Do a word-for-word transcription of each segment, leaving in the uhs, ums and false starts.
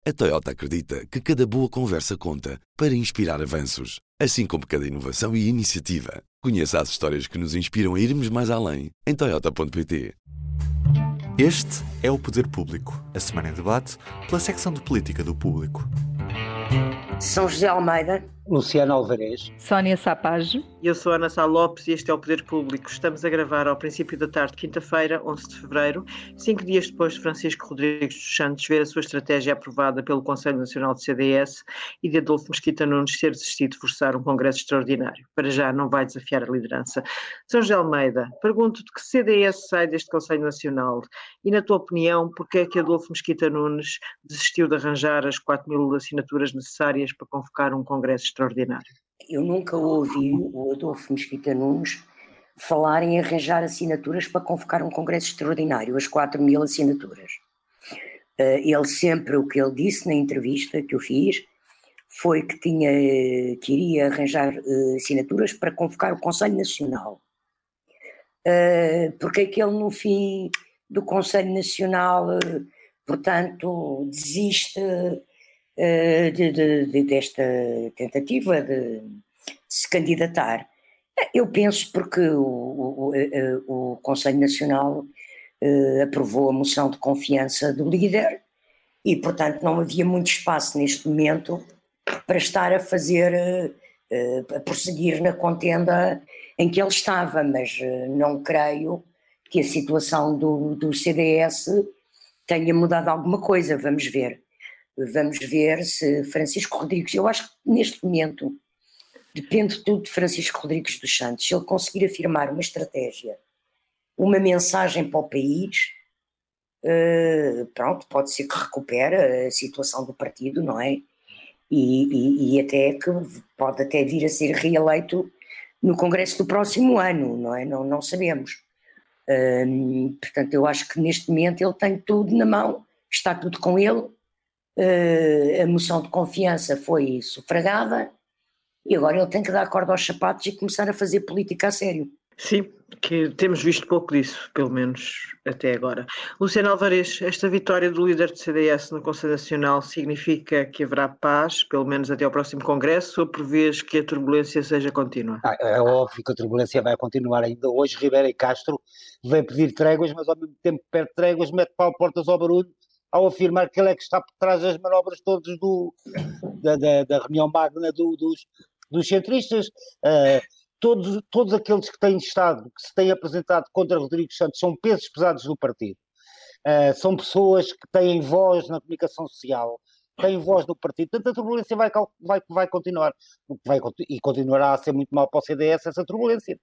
A Toyota acredita que cada boa conversa conta para inspirar avanços, assim como cada inovação e iniciativa. Conheça as histórias que nos inspiram a irmos mais além em toyota ponto pt. Este é o Poder Público, a semana em debate pela secção de política do Público. São José Almeida, Luciano Alvarez, Sónia Sapage. E eu sou Ana Sá Lopes e este é o Poder Público. Estamos a gravar ao princípio da tarde, quinta-feira, onze de fevereiro, cinco dias depois de Francisco Rodrigues dos Santos ver a sua estratégia aprovada pelo Conselho Nacional de C D S e de Adolfo Mesquita Nunes ter desistido de forçar um congresso extraordinário. Para já não vai desafiar a liderança. São José Almeida, pergunto-te que C D S sai deste Conselho Nacional e, na tua opinião, porque é que Adolfo Mesquita Nunes desistiu de arranjar as quatro mil assinaturas necessárias para convocar um congresso extraordinário? Eu nunca ouvi o Adolfo Mesquita Nunes falar em arranjar assinaturas para convocar um congresso extraordinário, as quatro mil assinaturas. Ele sempre, o que ele disse na entrevista que eu fiz, foi que, tinha, que iria arranjar assinaturas para convocar o Conselho Nacional. Porque é que ele, no fim do Conselho Nacional, portanto, desiste De, de, de, desta tentativa de, de se candidatar? Eu penso porque o, o, o, o Conselho Nacional eh, aprovou a moção de confiança do líder e, portanto, não havia muito espaço neste momento para estar a fazer, eh, a prosseguir na contenda em que ele estava, mas eh, não creio que a situação do, do C D S tenha mudado alguma coisa. Vamos ver. Vamos ver se Francisco Rodrigues, eu acho que neste momento depende tudo de Francisco Rodrigues dos Santos. Se ele conseguir afirmar uma estratégia, uma mensagem para o país, uh, pronto, pode ser que recupere a situação do partido, não é? E, e, e até que pode até vir a ser reeleito no Congresso do próximo ano, não é? Não, não sabemos. Uh, portanto, eu acho que neste momento ele tem tudo na mão, está tudo com ele. Uh, a moção de confiança foi sufragada e agora ele tem que dar corda aos sapatos e começar a fazer política a sério. Sim, que temos visto pouco disso, pelo menos até agora. Luciano Alvarez, esta vitória do líder do C D S no Conselho Nacional significa que haverá paz, pelo menos até ao próximo Congresso, ou prevês que a turbulência seja contínua? Ah, é óbvio que a turbulência vai continuar ainda hoje. Ribeiro e Castro vem pedir tréguas, mas ao mesmo tempo que pede tréguas, mete Paulo Portas ao barulho ao afirmar que ele é que está por trás das manobras todas do, da, da, da reunião magna do, dos, dos centristas. Uh, todos, todos aqueles que têm estado, que se têm apresentado contra Rodrigues Santos são pesos pesados do partido. Uh, são pessoas que têm voz na comunicação social, têm voz no partido. Portanto, a turbulência vai, vai, vai continuar. Vai, e continuará a ser muito mal para o C D S essa turbulência.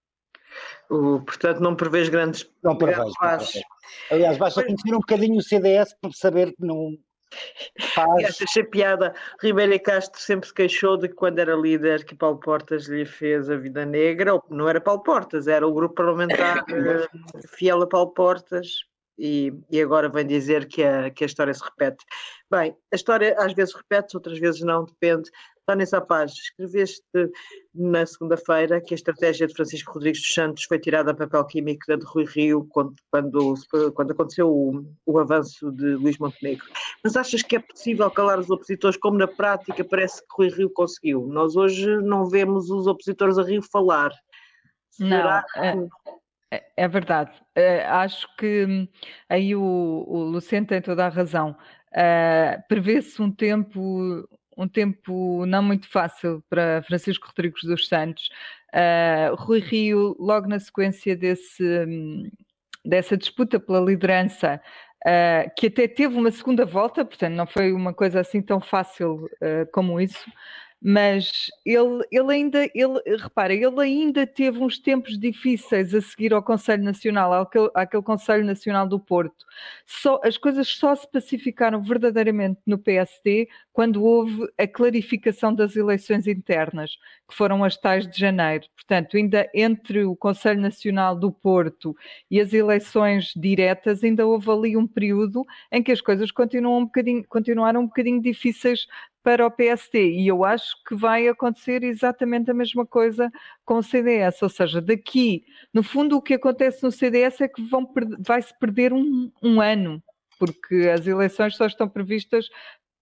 Uh, portanto, não prevês grandes... Não prevejo. Aliás, basta conhecer um bocadinho o C D S para saber que não faz... Achei piada. Ribeiro e Castro sempre se queixou de que quando era líder que Paulo Portas lhe fez a vida negra, ou não era Paulo Portas, era o grupo parlamentar uh, fiel a Paulo Portas, e, e agora vem dizer que a, que a história se repete. Bem, a história às vezes repete-se, outras vezes não, depende. Sónia Sapage, escreveste na segunda-feira que a estratégia de Francisco Rodrigues dos Santos foi tirada a papel químico da de Rui Rio quando, quando, quando aconteceu o, o avanço de Luís Montenegro. Mas achas que é possível calar os opositores como na prática parece que Rui Rio conseguiu? Nós hoje não vemos os opositores a Rio falar. Será não, é, é verdade. É, acho que aí o, o Luciano tem toda a razão. Uh, prevê-se um tempo... um tempo não muito fácil para Francisco Rodrigues dos Santos. Uh, Rui Rio, logo na sequência desse, dessa disputa pela liderança, uh, que até teve uma segunda volta, portanto não foi uma coisa assim tão fácil uh, como isso, mas ele, ele ainda, ele, repara, ele ainda teve uns tempos difíceis a seguir ao Conselho Nacional, àquele, àquele Conselho Nacional do Porto. Só, as coisas só se pacificaram verdadeiramente no P S D quando houve a clarificação das eleições internas, que foram as tais de janeiro. Portanto, ainda entre o Conselho Nacional do Porto e as eleições diretas, ainda houve ali um período em que as coisas continuam um bocadinho, continuaram um bocadinho difíceis para o P S D, e eu acho que vai acontecer exatamente a mesma coisa com o C D S, ou seja, daqui, no fundo o que acontece no C D S é que vão, vai-se perder um, um ano, porque as eleições só estão previstas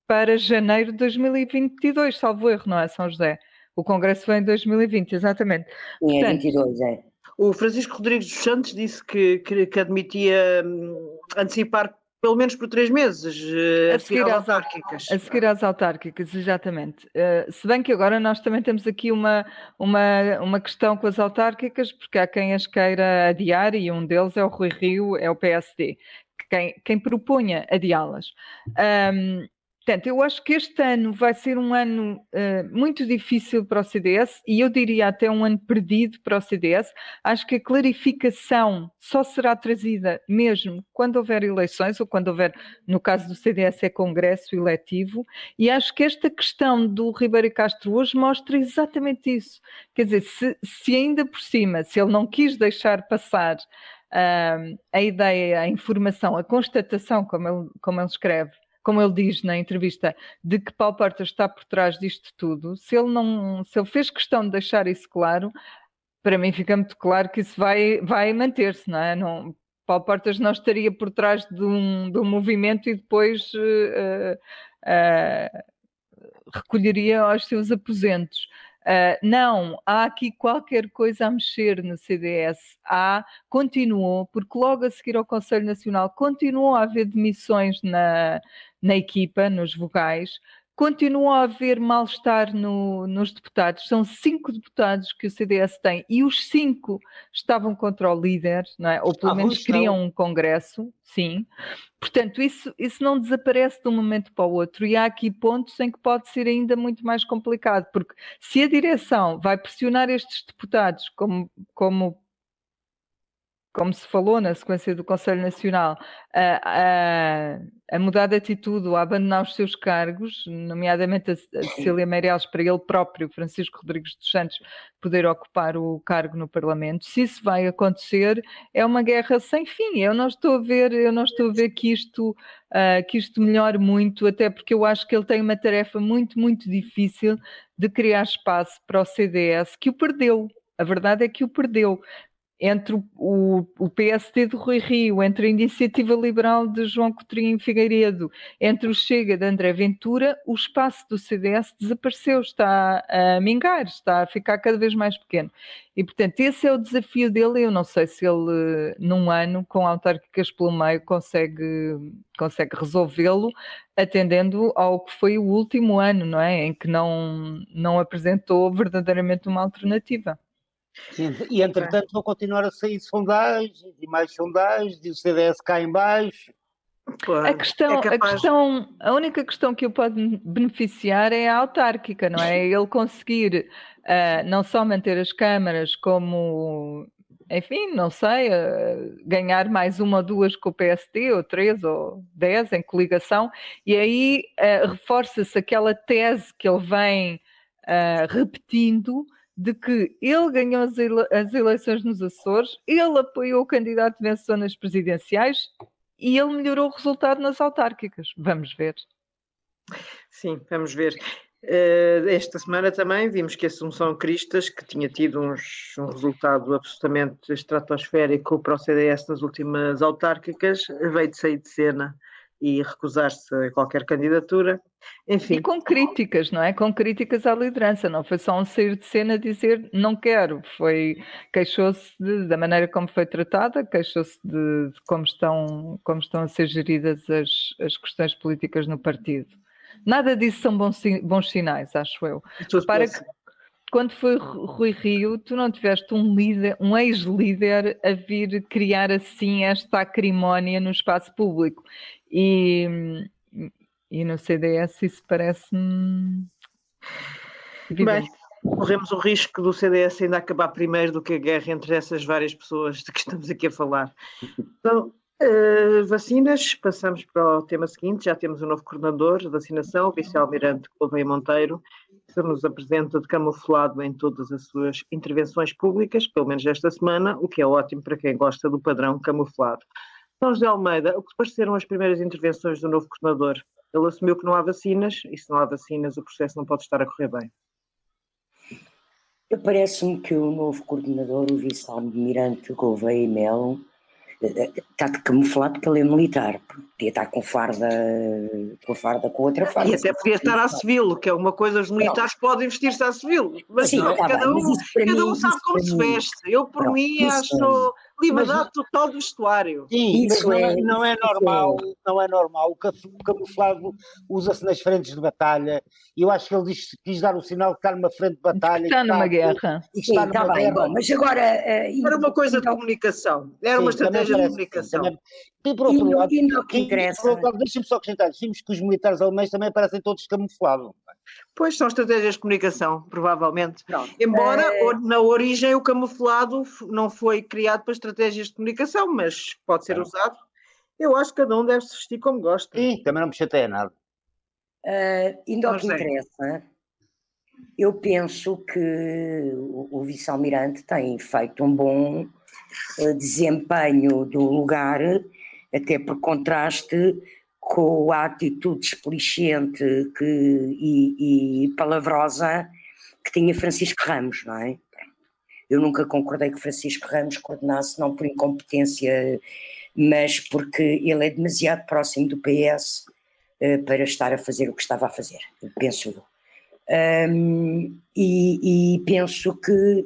para janeiro de dois mil e vinte e dois, salvo erro, não é, São José? O Congresso foi em dois mil e vinte, exatamente. Sim, é vinte e dois, é. O Francisco Rodrigues dos Santos disse que, que, que admitia hum, antecipar pelo menos por três meses uh, a seguir às autárquicas. A seguir às autárquicas, exatamente. Uh, se bem que agora nós também temos aqui uma, uma, uma questão com as autárquicas, porque há quem as queira adiar, e um deles é o Rui Rio, é o P S D, quem, quem propunha adiá-las. Um, Portanto, eu acho que este ano vai ser um ano uh, muito difícil para o C D S, e eu diria até um ano perdido para o C D S. Acho que a clarificação só será trazida mesmo quando houver eleições, ou quando houver, no caso do C D S, é congresso eletivo, e acho que esta questão do Ribeiro Castro hoje mostra exatamente isso. Quer dizer, se, se ainda por cima, se ele não quis deixar passar uh, a ideia, a informação, a constatação, como ele, como ele escreve, como ele diz na entrevista, de que Paulo Portas está por trás disto tudo, se ele, não, se ele fez questão de deixar isso claro, para mim fica muito claro que isso vai, vai manter-se, não é? Não, Paulo Portas não estaria por trás de um, de um movimento e depois uh, uh, recolheria aos seus aposentos. Uh, não, há aqui qualquer coisa a mexer no C D S. Há, continuou, porque logo a seguir ao Conselho Nacional continuou a haver demissões na, na equipa, nos vogais, continuou a haver mal-estar no, nos deputados. São cinco deputados que o C D S tem e os cinco estavam contra o líder, não é? Ou pelo Ah, menos queriam um congresso, sim. Portanto, isso, isso não desaparece de um momento para o outro, e há aqui pontos em que pode ser ainda muito mais complicado, porque se a direção vai pressionar estes deputados, como, como, como se falou na sequência do Conselho Nacional, a, a, a mudar de atitude ou a abandonar os seus cargos, nomeadamente a, a Cecília Meirelles, para ele próprio, Francisco Rodrigues dos Santos, poder ocupar o cargo no Parlamento, se isso vai acontecer, é uma guerra sem fim. Eu não estou a ver, eu não estou a ver que isto, uh, que isto melhore muito, até porque eu acho que ele tem uma tarefa muito, muito difícil de criar espaço para o C D S, que o perdeu. A verdade é que o perdeu. Entre o, o, o P S D de Rui Rio, entre a Iniciativa Liberal de João Coutinho Figueiredo, entre o Chega de André Ventura, o espaço do C D S desapareceu, está a mingar, está a ficar cada vez mais pequeno. E, portanto, esse é o desafio dele. Eu não sei se ele, num ano, com autárquicas pelo meio, consegue, consegue resolvê-lo, atendendo ao que foi o último ano, não é? Em que não, não apresentou verdadeiramente uma alternativa. Sim, e entretanto vão continuar a sair sondagens e mais sondagens e o C D S cá em baixo. A questão, é a questão, a única questão que o pode beneficiar é a autárquica, não é? Ele conseguir uh, não só manter as câmaras, como, enfim, não sei, uh, ganhar mais uma ou duas com o P S D, ou três ou dez em coligação, e aí uh, reforça-se aquela tese que ele vem uh, repetindo, de que ele ganhou as, ele as eleições nos Açores, ele apoiou o candidato vencedor nas presidenciais e ele melhorou o resultado nas autárquicas. Vamos ver. Sim, vamos ver. Uh, esta semana também vimos que a Assunção Cristas, que tinha tido uns, um resultado absolutamente estratosférico para o C D S nas últimas autárquicas, veio de sair de cena e recusar-se a qualquer candidatura. Enfim. E com críticas, não é? Com críticas à liderança, não foi só um sair de cena dizer não quero, foi, queixou-se de, da maneira como foi tratada, queixou-se de, de como, estão, como estão a ser geridas as, as questões políticas no partido. Nada disso são bons, bons sinais, acho eu. Para que quando foi Rui Rio, tu não tiveste um líder, um ex-líder a vir criar assim esta acrimónia no espaço público. E, e no C D S isso parece-me evidente. Bem, corremos o risco do C D S ainda acabar primeiro do que a guerra entre essas várias pessoas de que estamos aqui a falar. Então, uh, vacinas, passamos para o tema seguinte. Já temos um novo coordenador de vacinação, o vice-almirante Gouveia Monteiro, que nos apresenta de camuflado em todas as suas intervenções públicas, pelo menos esta semana, o que é ótimo para quem gosta do padrão camuflado. São José Almeida, o que pareceram as primeiras intervenções do novo coordenador? Ele assumiu que não há vacinas, e se não há vacinas o processo não pode estar a correr bem. Parece-me que o novo coordenador, o vice-almirante Gouveia Melo, está de camuflado porque ele é militar, podia estar com farda, com a farda com outra farda. E até podia estar à civil, que é uma coisa, os militares não. podem vestir-se à civil, mas Sim, não, tá cada, bem, um, cada mim, um sabe como se veste. Eu, por não, mim, acho liberdade mas, total do vestuário. Sim, isso mas não é, não é normal, é. não é normal. O camuflado usa-se nas frentes de batalha, e eu acho que ele diz, quis dar o sinal de estar numa frente de batalha. Está numa está, guerra. E que está Sim, numa tá guerra. Bem, bom, mas agora... Uh, era uma coisa de comunicação, era Sim, uma estratégia de comunicação. Também, e por outro lado, deixa-me só acrescentar, vimos que os militares alemães também parecem todos camuflados. Pois, são estratégias de comunicação, provavelmente. Pronto. Embora é... na origem o camuflado não foi criado para estratégias de comunicação, mas pode ser é. usado. Eu acho que cada um deve se vestir como gosta. Sim, também não me chateia nada. Uh, indo ao que interessa, eu penso que o, o vice-almirante tem feito um bom uh, desempenho do lugar, até por contraste com a atitude desplicente que, e, e palavrosa que tinha Francisco Ramos, não é? Eu nunca concordei que Francisco Ramos coordenasse, não por incompetência, mas porque ele é demasiado próximo do P S uh, para estar a fazer o que estava a fazer, penso eu. Um, e, e penso que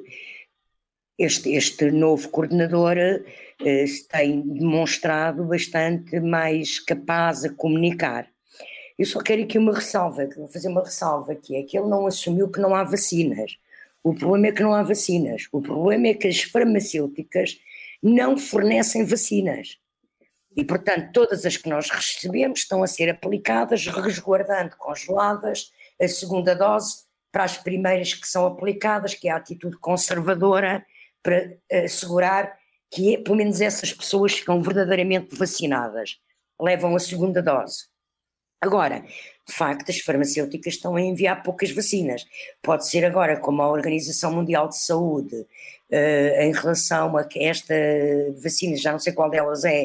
este, este novo coordenador uh, se tem demonstrado bastante mais capaz a comunicar. Eu só quero aqui uma ressalva, vou fazer uma ressalva, que é que ele não assumiu que não há vacinas. O problema é que não há vacinas. O problema é que as farmacêuticas não fornecem vacinas. E, portanto, todas as que nós recebemos estão a ser aplicadas, resguardando congeladas a segunda dose para as primeiras que são aplicadas, que é a atitude conservadora para assegurar que, pelo menos, essas pessoas ficam verdadeiramente vacinadas, levam a segunda dose. Agora, de facto, as farmacêuticas estão a enviar poucas vacinas. Pode ser agora, como a Organização Mundial de Saúde, uh, em relação a que esta vacina, já não sei qual delas é,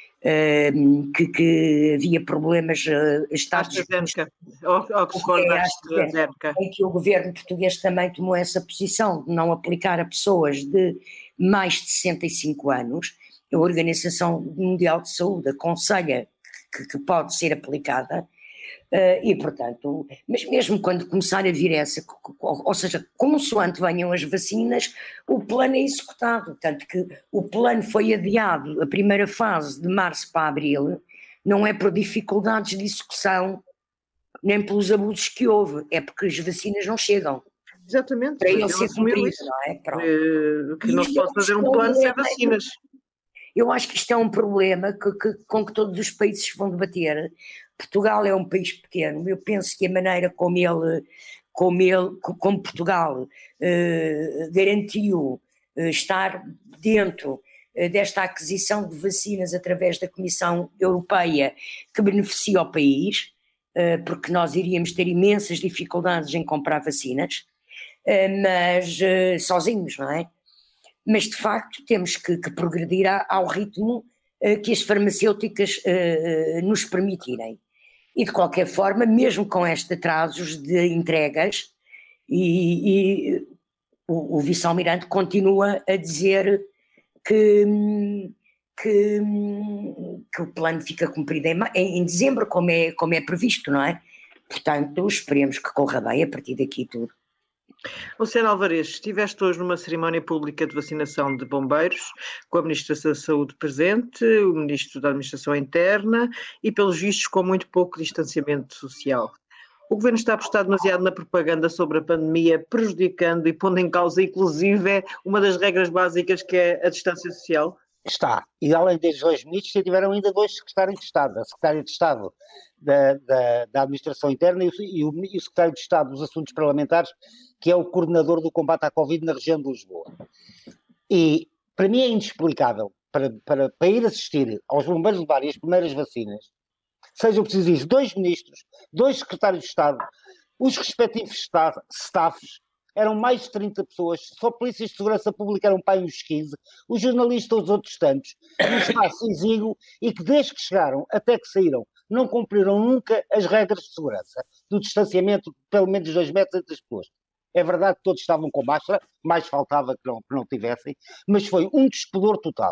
uh, que, que havia problemas... Uh, estados AstraZeneca, Oxford é, AstraZeneca. Em que o governo português também tomou essa posição de não aplicar a pessoas de mais de sessenta e cinco anos. A Organização Mundial de Saúde aconselha que, que pode ser aplicada. Uh, e, portanto, mas mesmo quando começar a vir essa, ou seja, consoante venham as vacinas, o plano é executado, tanto que o plano foi adiado, a primeira fase de março para abril, não é por dificuldades de execução, nem pelos abusos que houve, é porque as vacinas não chegam. Exatamente. Para ele ser cumprido, não é? Pronto. Uh, que não se pode fazer um plano sem vacinas. Eu acho que isto é um problema que, que, com que todos os países vão debater. Portugal é um país pequeno, eu penso que a maneira como ele, como, ele, como Portugal eh, garantiu eh, estar dentro eh, desta aquisição de vacinas através da Comissão Europeia, que beneficia o país, eh, porque nós iríamos ter imensas dificuldades em comprar vacinas, eh, mas eh, sozinhos, não é? Mas de facto temos que, que progredir ao ritmo uh, que as farmacêuticas uh, nos permitirem. E de qualquer forma, mesmo com estes atrasos de entregas, e, e o, o vice-almirante continua a dizer que, que, que o plano fica cumprido em, em, em dezembro, como é, como é previsto, não é? Portanto, esperemos que corra bem a partir daqui tudo. Luciano Alvarez, estiveste hoje numa cerimónia pública de vacinação de bombeiros, com a Ministra da Saúde presente, o Ministro da Administração Interna e, pelos vistos, com muito pouco distanciamento social. O Governo está a apostar demasiado na propaganda sobre a pandemia, prejudicando e pondo em causa, inclusive, uma das regras básicas que é a distância social? Está. E além desses dois ministros, tiveram ainda dois secretários de Estado. A Secretária de Estado da, da, da Administração Interna e o, e, o, e o Secretário de Estado dos Assuntos Parlamentares, que é o coordenador do combate à Covid na região de Lisboa. E, para mim, é inexplicável, para, para, para ir assistir aos bombeiros levarem as primeiras vacinas, sejam precisos dois ministros, dois secretários de Estado, os respectivos staff, staffs, eram mais de trinta pessoas, só polícias de segurança pública eram para aí uns quinze, os jornalistas os outros tantos, um espaço exíguo, e que desde que chegaram até que saíram, não cumpriram nunca as regras de segurança, do distanciamento de pelo menos dois metros entre as pessoas. É verdade que todos estavam com máscara, mais faltava que não, que não tivessem, mas foi um despudor total.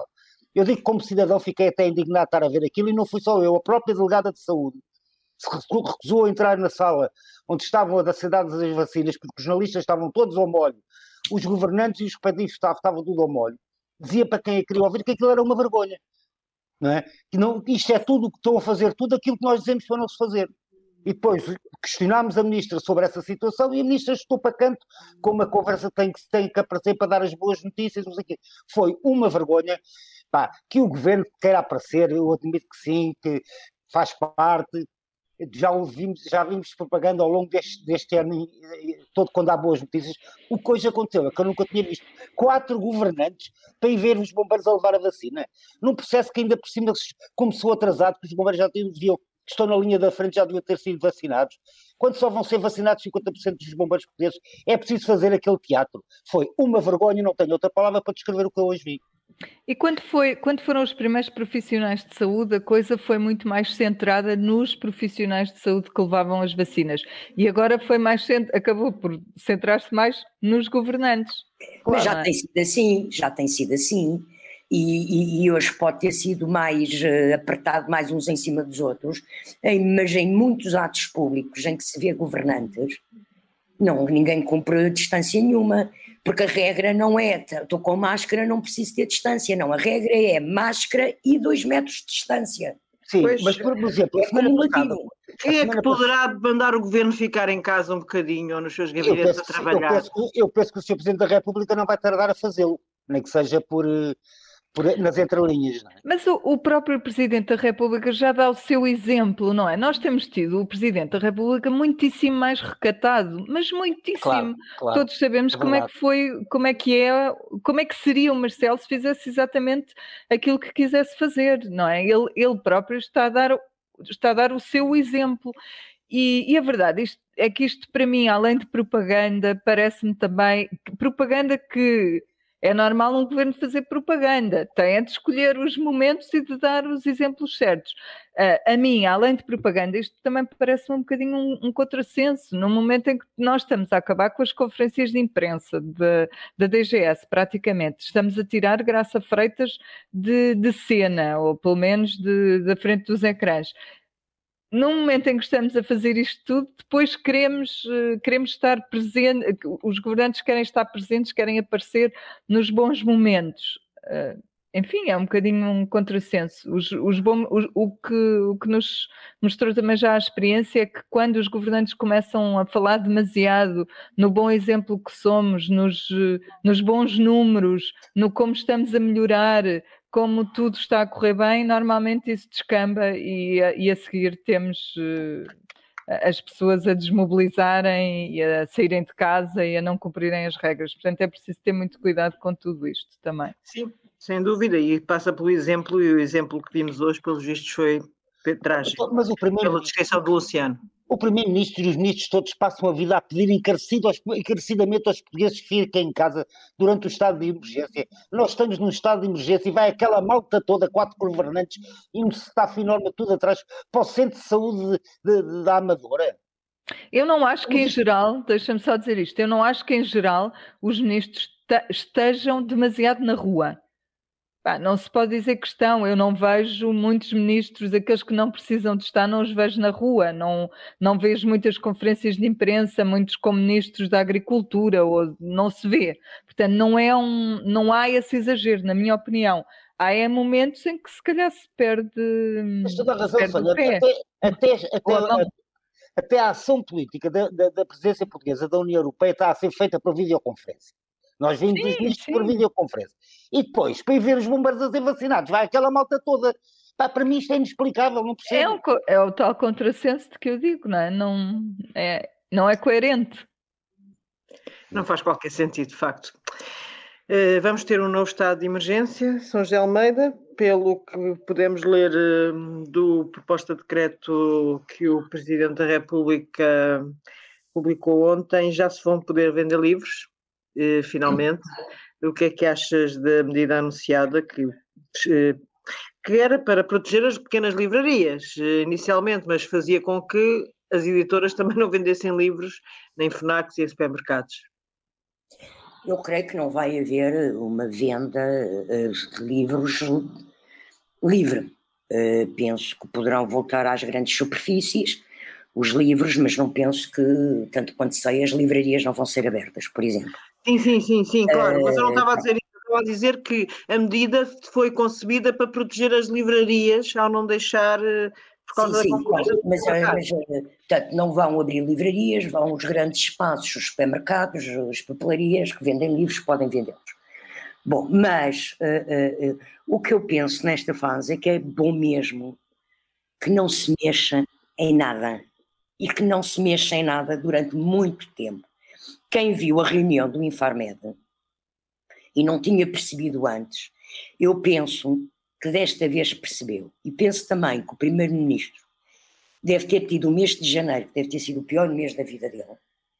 Eu digo que como cidadão fiquei até indignado de estar a ver aquilo e não fui só eu, a própria delegada de saúde se recusou a entrar na sala onde estavam a dar cidades as vacinas, porque os jornalistas estavam todos ao molho, os governantes e os respectivos staff estavam tudo ao molho. Dizia para quem a queria ouvir que aquilo era uma vergonha. Não é? Que não, isto é tudo o que estão a fazer, tudo aquilo que nós dizemos para não se fazer. E depois questionámos a ministra sobre essa situação e a ministra estou para canto, como a conversa tem que, tem que aparecer para dar as boas notícias. Não sei o quê. Foi uma vergonha. Pá, que o governo queira aparecer, eu admito que sim, que faz parte. Já ouvimos, já vimos propaganda ao longo deste, deste ano todo quando há boas notícias. O que hoje aconteceu é que eu nunca tinha visto quatro governantes para ir ver os bombeiros a levar a vacina, num processo que ainda por cima começou atrasado, que os bombeiros já deviam, que estão na linha da frente já deviam ter sido vacinados. Quando só vão ser vacinados cinquenta por cento dos bombeiros portugueses, é preciso fazer aquele teatro. Foi uma vergonha, não tenho outra palavra para descrever o que eu hoje vi. E quando, foi, quando foram os primeiros profissionais de saúde, a coisa foi muito mais centrada nos profissionais de saúde que levavam as vacinas. E agora foi mais acabou por centrar-se mais nos governantes. Claro, mas já é? tem sido assim, já tem sido assim. E, e, e hoje pode ter sido mais uh, apertado, mais uns em cima dos outros, em, mas em muitos atos públicos em que se vê governantes, não, ninguém cumpre distância nenhuma. Porque a regra não é, estou com máscara, não preciso ter distância, não. A regra é máscara e dois metros de distância. Sim, pois, mas por exemplo, é acumulativo. Quem é que poderá mandar o governo ficar em casa um bocadinho ou nos seus gabinetes a trabalhar? Eu penso, eu penso que o senhor Presidente da República não vai tardar a fazê-lo, nem que seja por... Por, nas entrelinhas, não é? Mas o, o próprio Presidente da República já dá o seu exemplo, não é? Nós temos tido o Presidente da República muitíssimo mais recatado, mas muitíssimo. Claro, claro, Todos sabemos é como é que foi, como é que é, como é que seria o Marcelo se fizesse exatamente aquilo que quisesse fazer, não é? Ele, ele próprio está a dar, está a dar o seu exemplo. E, e a verdade isto, é que isto, para mim, além de propaganda, parece-me também propaganda que é normal um governo fazer propaganda, tem de escolher os momentos e de dar os exemplos certos. Uh, a mim, além de propaganda, isto também parece-me um bocadinho um, um contrassenso, no momento em que nós estamos a acabar com as conferências de imprensa de, da D G S, praticamente. Estamos a tirar Graça Freitas de, de cena, ou pelo menos de, da frente dos ecrãs. No momento em que estamos a fazer isto tudo, depois queremos, queremos estar presentes, os governantes querem estar presentes, querem aparecer nos bons momentos. Enfim, é um bocadinho um contrassenso. Os, os bom, os, o, que, o que nos mostrou também já a experiência é que quando os governantes começam a falar demasiado no bom exemplo que somos, nos, nos bons números, no como estamos a melhorar, como tudo está a correr bem, normalmente isso descamba e, e a seguir temos uh, as pessoas a desmobilizarem e a saírem de casa e a não cumprirem as regras. Portanto, é preciso ter muito cuidado com tudo isto também. Sim, sem dúvida, e passa pelo exemplo, e o exemplo que vimos hoje, pelos vistos, foi trágico. Mas o primeiro... Pela descrição do Luciano. O Primeiro-Ministro e os ministros todos passam a vida a pedir encarecido aos, encarecidamente aos portugueses que fiquem em casa durante o estado de emergência. Nós estamos num estado de emergência e vai aquela malta toda, quatro governantes, e um staff enorme tudo atrás para o centro de saúde de, de, da Amadora. Eu não acho que em geral, deixa-me só dizer isto, eu não acho que em geral os ministros estejam demasiado na rua. Pá, não se pode dizer que estão, eu não vejo muitos ministros, aqueles que não precisam de estar, não os vejo na rua, não, não vejo muitas conferências de imprensa, muitos como ministros da Agricultura, ou não se vê. Portanto, não, é um, não há esse exagero, na minha opinião. Há é momentos em que se calhar se perde, Mas toda a razão, perde Sónia, o pé. Até, até, até, até, até a ação política da, da, da presidência portuguesa da União Europeia está a ser feita por videoconferência. Nós vimos os ministros por videoconferência. E depois, para ir ver os bombeiros a ser vacinados, vai aquela malta toda. Pá, para mim isto é inexplicável, não percebo. É, um, é o tal contrassenso de que eu digo, não é? Não é, não é coerente. Não faz qualquer sentido, de facto. Uh, vamos ter um novo estado de emergência, São José Almeida, pelo que podemos ler uh, do proposta de decreto que o Presidente da República publicou ontem, já se vão poder vender livros. Uh, finalmente, o que é que achas da medida anunciada que, uh, que era para proteger as pequenas livrarias uh, inicialmente, mas fazia com que as editoras também não vendessem livros nem FNACs e em supermercados? Eu creio que não vai haver uma venda uh, de livros livre. Uh, penso que poderão voltar às grandes superfícies os livros, mas não penso que, tanto quanto sei, as livrarias não vão ser abertas, por exemplo. Sim, sim, sim, sim, claro, uh, mas eu não estava a dizer isso, eu estava a dizer que a medida foi concebida para proteger as livrarias ao não deixar... Por causa sim, da sim, mas, mas portanto, não vão abrir livrarias, vão os grandes espaços, os supermercados, as papelarias que vendem livros, podem vendê-los. Bom, mas uh, uh, uh, o que eu penso nesta fase é que é bom mesmo que não se mexa em nada e que não se mexa em nada durante muito tempo. Quem viu a reunião do Infarmed e não tinha percebido antes, eu penso que desta vez percebeu. E penso também que o primeiro-ministro deve ter tido o mês de janeiro, que deve ter sido o pior mês da vida dele,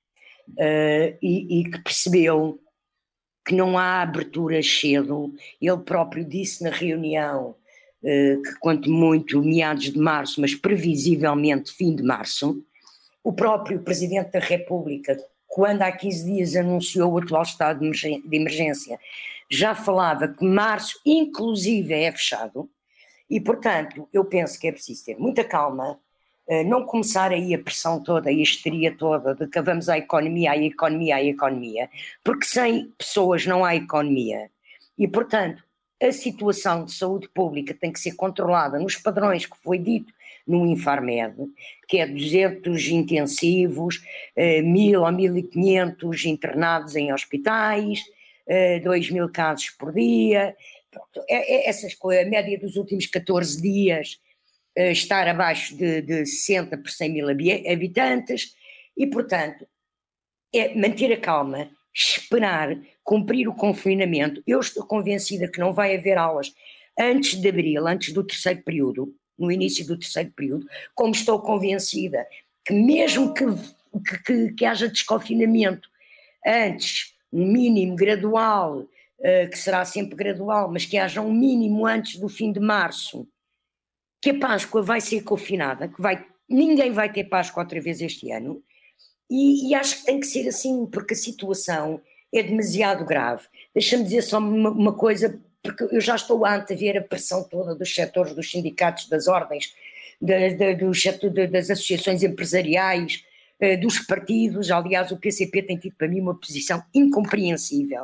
uh, e, e que percebeu que não há abertura cedo. Ele próprio disse na reunião uh, que quanto muito meados de março, mas previsivelmente fim de março. O próprio Presidente da República, quando há quinze dias anunciou o atual estado de emergência, já falava que março inclusive é fechado, e portanto eu penso que é preciso ter muita calma, não começar aí a pressão toda e a histeria toda de que vamos à economia, à economia, à economia, porque sem pessoas não há economia, e portanto a situação de saúde pública tem que ser controlada nos padrões que foi dito no Infarmed, que é duzentos intensivos, mil ou mil e quinhentos internados em hospitais, dois mil casos por dia. Pronto, é, é essas coisas, a média dos últimos catorze dias estar abaixo de, de sessenta por cem mil habitantes, e portanto é manter a calma, esperar, cumprir o confinamento. Eu estou convencida que não vai haver aulas antes de abril, antes do terceiro período, no início do terceiro período, como estou convencida que mesmo que, que, que haja desconfinamento antes, um mínimo gradual, uh, que será sempre gradual, mas que haja um mínimo antes do fim de março, que a Páscoa vai ser confinada, que vai, ninguém vai ter Páscoa outra vez este ano, e, e acho que tem que ser assim, porque a situação é demasiado grave. Deixa-me dizer só uma, uma coisa, porque eu já estou a antever a pressão toda dos setores, dos sindicatos, das ordens, da, da, dos setores, das associações empresariais, dos partidos. Aliás, o P C P tem tido para mim uma posição incompreensível.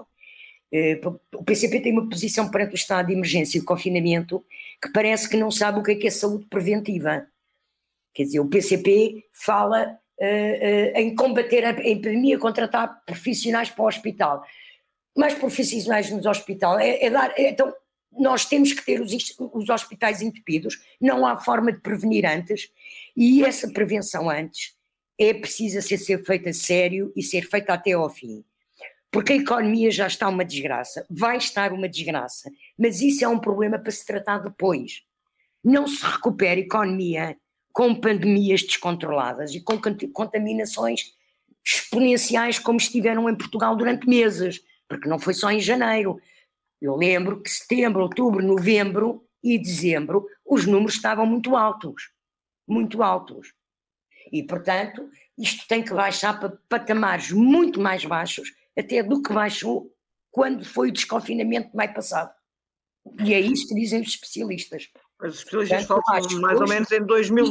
O P C P tem uma posição perante o estado de emergência e o confinamento que parece que não sabe o que é que é saúde preventiva. Quer dizer, o P C P fala uh, uh, em combater a epidemia, contratar profissionais para o hospital. Mais profissionais nos hospitais, é, é dar, é, então nós temos que ter os, os hospitais entupidos, não há forma de prevenir antes, e essa prevenção antes é preciso ser, ser feita sério e ser feita até ao fim, porque a economia já está uma desgraça, vai estar uma desgraça, mas isso é um problema para se tratar depois. Não se recupera a economia com pandemias descontroladas e com contaminações exponenciais como estiveram em Portugal durante meses, porque não foi só em janeiro. Eu lembro que setembro, outubro, novembro e dezembro os números estavam muito altos, muito altos. E, portanto, isto tem que baixar para patamares muito mais baixos até do que baixou quando foi o desconfinamento de maio passado. E é isso que dizem os especialistas. Os especialistas falam mais ou menos em dois mil,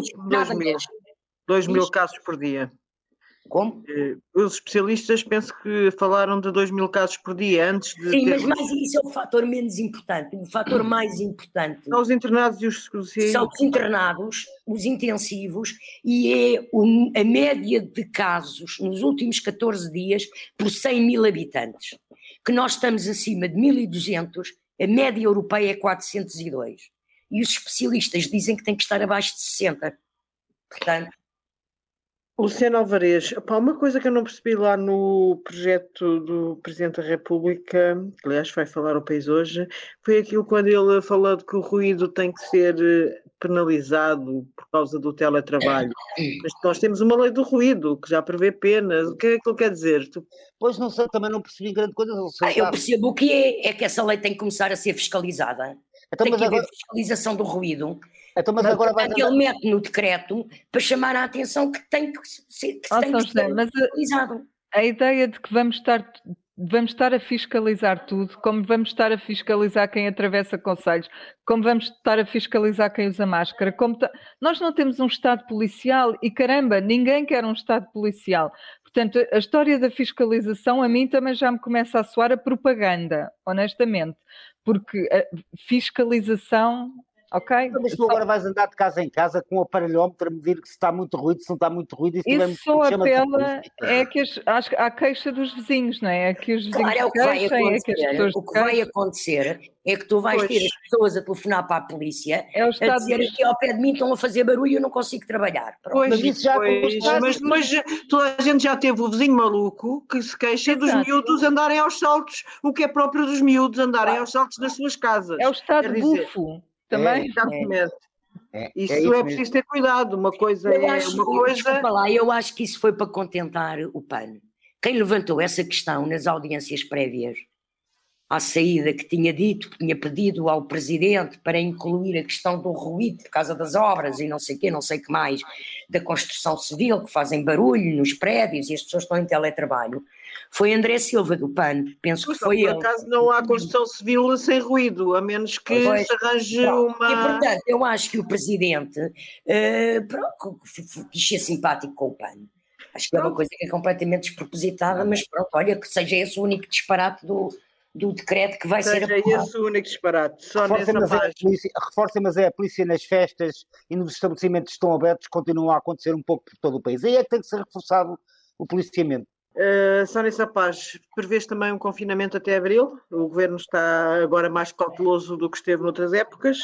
dois mil casos por dia. Como? Os especialistas penso que falaram de dois mil casos por dia antes de... Sim, ter... mas mais, isso é o fator menos importante. O fator mais importante são os internados e os... São os internados, os intensivos, e é um, a média de casos nos últimos catorze dias por cem mil habitantes. Que nós estamos acima de mil e duzentos, a média europeia é quatrocentos e dois. E os especialistas dizem que tem que estar abaixo de sessenta. Portanto... Luciano Alvarez, pá, uma coisa que eu não percebi lá no projeto do Presidente da República, que aliás vai falar ao país hoje, foi aquilo quando ele falou de que o ruído tem que ser penalizado por causa do teletrabalho. Mas nós temos uma lei do ruído, que já prevê penas. O que é que ele quer dizer? Tu... Pois não sei, também não percebi grande coisa. Não sei, ah, eu percebo o que é, é que essa lei tem que começar a ser fiscalizada. Então, tem que haver agora... fiscalização do ruído. Então, mas agora vai... Ele mete no decreto para chamar a atenção que tem que ser, que oh, tem que José, ser mas fiscalizado. A, a ideia de que vamos estar vamos estar a fiscalizar tudo, como vamos estar a fiscalizar quem atravessa concelhos, como vamos estar a fiscalizar quem usa máscara. Como ta... Nós não temos um Estado policial e, caramba, ninguém quer um Estado policial. Portanto, a história da fiscalização a mim também já me começa a soar a propaganda, honestamente, porque a fiscalização... Ok? Mas tu agora vais andar de casa em casa com o aparelhómetro a medir que se está muito ruído, se não está muito ruído. Isso, isso só apela é que as, acho, à queixa dos vizinhos, não é? É que os vizinhos claro, é o que vai queixem, acontecer. É que as pessoas o que vai acontecer é que tu vais pois. ter as pessoas a telefonar para a polícia é o estado a dizer dos... aqui ao pé de mim estão a fazer barulho e eu não consigo trabalhar. Pois, mas isso já pois, mas, mas toda a gente já teve o vizinho maluco que se queixa Exato. dos miúdos andarem aos saltos, o que é próprio dos miúdos andarem claro. aos saltos nas suas casas. É o estado bufo. Também? Exatamente. É, é, isso é, é preciso ter cuidado. Uma coisa eu é acho, uma coisa. Desculpa lá, eu acho que isso foi para contentar o P A N. Quem levantou essa questão nas audiências prévias à saída, que tinha dito, que tinha pedido ao Presidente para incluir a questão do ruído por causa das obras e não sei o quê, não sei o que mais, da construção civil, que fazem barulho nos prédios e as pessoas estão em teletrabalho, foi André Silva do P A N, penso que foi ele. Por acaso não há construção civil sem ruído, a menos que pois, se arranje pronto. uma... E portanto, eu acho que o Presidente uh, pronto, quis ser simpático com o P A N. Acho que é uma coisa que é completamente despropositada, mas pronto, olha, que seja esse o único disparate do... do decreto que vai seja ser aprovado. Seja esse o único disparate, só reforça, nessa mas página. É polícia, reforça, mas é a polícia nas festas e nos estabelecimentos que estão abertos continua a acontecer um pouco por todo o país. Aí é que tem que ser reforçado o policiamento. Uh, só nessa paz, prevês também um confinamento até abril, o governo está agora mais cauteloso do que esteve noutras épocas.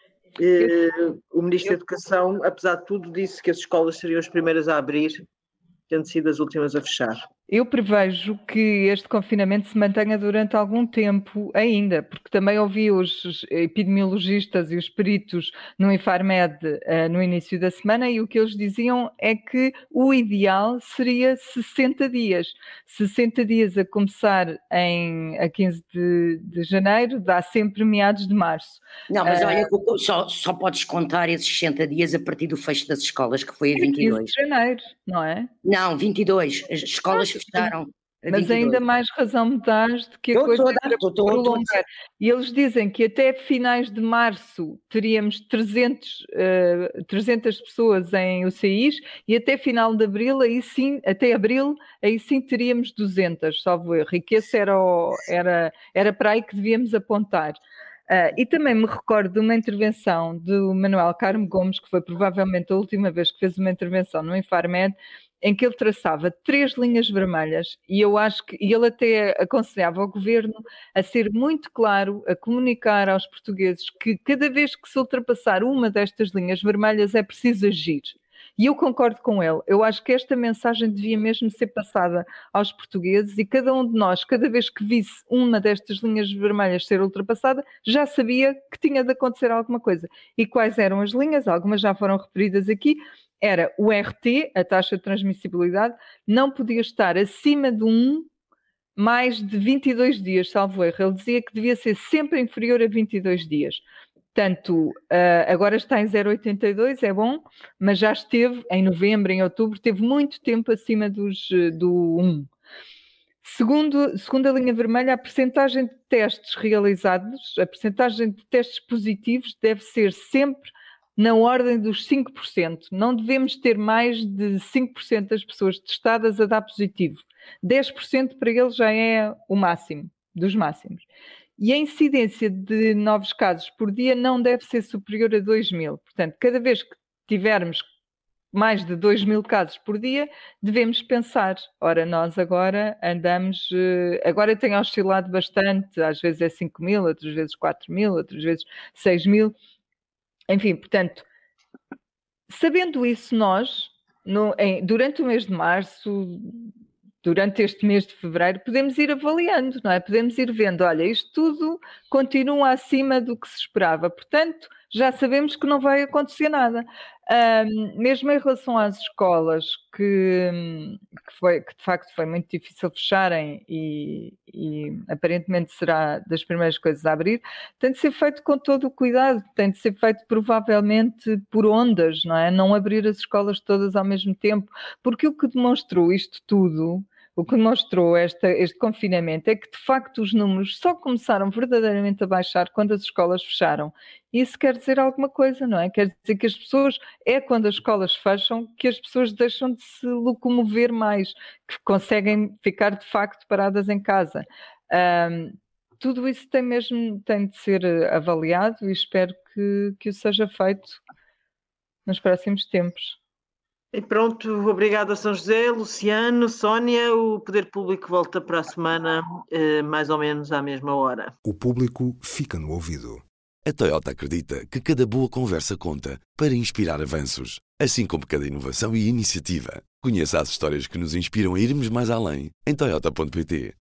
Uh, o Ministro da Educação, apesar de tudo, disse que as escolas seriam as primeiras a abrir, tendo sido as últimas a fechar. Eu prevejo que este confinamento se mantenha durante algum tempo ainda, porque também ouvi os epidemiologistas e os peritos no Infarmed uh, no início da semana e o que eles diziam é que o ideal seria sessenta dias. sessenta dias a começar em, a quinze de, de janeiro, dá sempre meados de março. Não, mas uh, olha, só, só podes contar esses sessenta dias a partir do fecho das escolas, que foi a vinte e dois. quinze de janeiro, não é? Não, vinte e dois. As escolas fecharam. Mas ainda mais razão me dás de que a coisa era prolongar. E eles dizem que até finais de março teríamos trezentos, uh, trezentas pessoas em U C Is e até final de abril, aí sim, até abril, aí sim teríamos duzentas, salvo erro. E que esse era, o, era, era para aí que devíamos apontar. Uh, e também me recordo de uma intervenção do Manuel Carmo Gomes, que foi provavelmente a última vez que fez uma intervenção no Infarmed, em que ele traçava três linhas vermelhas e eu acho que e ele até aconselhava ao governo a ser muito claro, a comunicar aos portugueses que cada vez que se ultrapassar uma destas linhas vermelhas é preciso agir. E eu concordo com ele. Eu acho que esta mensagem devia mesmo ser passada aos portugueses e cada um de nós, cada vez que visse uma destas linhas vermelhas ser ultrapassada, já sabia que tinha de acontecer alguma coisa. E quais eram as linhas? Algumas já foram referidas aqui. Era o R T, a taxa de transmissibilidade, não podia estar acima de um mais de vinte e dois dias, salvo erro. Ele dizia que devia ser sempre inferior a vinte e dois dias. Portanto, agora está em zero vírgula oitenta e dois, é bom, mas já esteve, em novembro, em outubro, teve muito tempo acima dos, do um. Segundo, segundo a linha vermelha, a percentagem de testes realizados, a percentagem de testes positivos deve ser sempre na ordem dos cinco por cento. Não devemos ter mais de cinco por cento das pessoas testadas a dar positivo. dez por cento para eles já é o máximo, dos máximos. E a incidência de novos casos por dia não deve ser superior a dois mil. Portanto, cada vez que tivermos mais de dois mil casos por dia, devemos pensar, ora, nós agora andamos, agora tem oscilado bastante, às vezes é cinco mil, outras vezes quatro mil, outras vezes seis mil. Enfim, portanto, sabendo isso nós, no, em, durante o mês de março, durante este mês de fevereiro, podemos ir avaliando, não é? Podemos ir vendo, olha, isto tudo continua acima do que se esperava, portanto, já sabemos que não vai acontecer nada. Um, mesmo em relação às escolas, que, que, foi, que de facto foi muito difícil fecharem e, e aparentemente será das primeiras coisas a abrir, tem de ser feito com todo o cuidado, tem de ser feito provavelmente por ondas, não é? Não abrir as escolas todas ao mesmo tempo, porque o que demonstrou isto tudo o que mostrou esta, este confinamento é que, de facto, os números só começaram verdadeiramente a baixar quando as escolas fecharam. E isso quer dizer alguma coisa, não é? Quer dizer que as pessoas, é quando as escolas fecham que as pessoas deixam de se locomover mais, que conseguem ficar, de facto, paradas em casa. Um, tudo isso tem mesmo tem de ser avaliado e espero que, que o seja feito nos próximos tempos. E pronto, obrigada São José, Luciano, Sónia. O Poder Público volta para a semana, eh, mais ou menos à mesma hora. O público fica no ouvido. A Toyota acredita que cada boa conversa conta para inspirar avanços, assim como cada inovação e iniciativa. Conheça as histórias que nos inspiram a irmos mais além em toyota ponto pt.